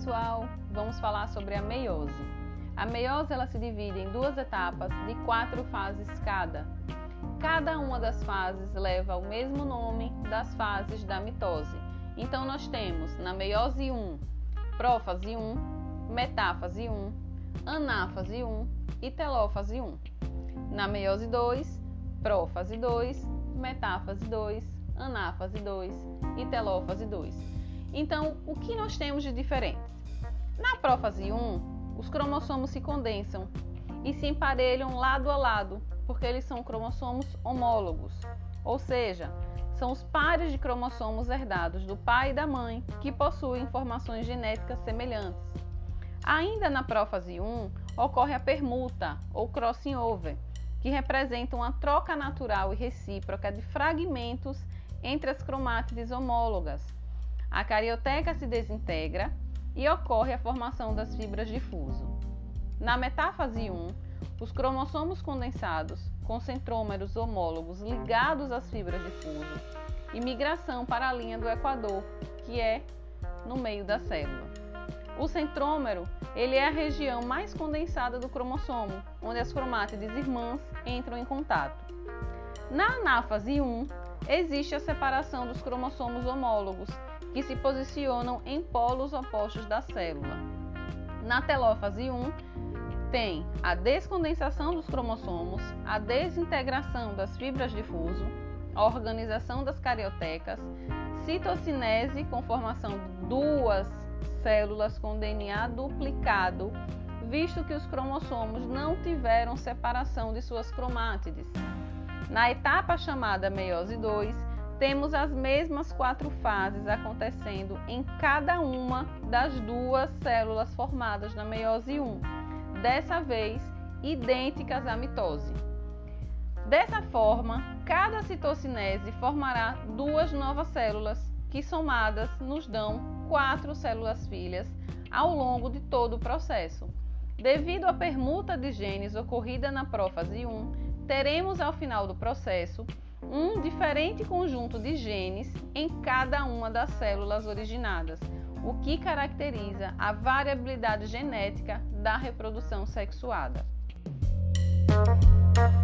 pessoal, vamos falar sobre a meiose. A meiose ela se divide em duas etapas de 4 fases cada. Cada uma das fases leva o mesmo nome das fases da mitose. Então nós temos na meiose 1, prófase 1, metáfase 1, anáfase 1 e telófase 1. Na meiose 2, prófase 2, metáfase 2, anáfase 2 e telófase 2. Então, o que nós temos de diferente? Na prófase 1, os cromossomos se condensam e se emparelham lado a lado, porque eles são cromossomos homólogos, ou seja, são os pares de cromossomos herdados do pai e da mãe que possuem informações genéticas semelhantes. Ainda na prófase 1, ocorre a permuta ou crossing over, que representa uma troca natural e recíproca de fragmentos entre as cromátides homólogas. A carioteca se desintegra e ocorre a formação das fibras de fuso. Na metáfase 1, os cromossomos condensados, com centrômeros homólogos ligados às fibras de fuso, e migração para a linha do equador, que é no meio da célula. O centrômero ele é a região mais condensada do cromossomo, onde as cromátides irmãs entram em contato. Na anáfase 1, existe a separação dos cromossomos homólogos, que se posicionam em polos opostos da célula. Na telófase 1, tem a descondensação dos cromossomos, a desintegração das fibras de fuso, a organização das cariotecas, citocinese com formação de 2 células com DNA duplicado, visto que os cromossomos não tiveram separação de suas cromátides. Na etapa chamada meiose 2, temos as mesmas 4 fases acontecendo em cada uma das 2 células formadas na meiose 1, dessa vez idênticas à mitose. Dessa forma, cada citocinese formará 2 novas células, que somadas nos dão 4 células filhas ao longo de todo o processo. Devido à permuta de genes ocorrida na prófase 1, teremos ao final do processo um diferente conjunto de genes em cada uma das células originadas, o que caracteriza a variabilidade genética da reprodução sexuada.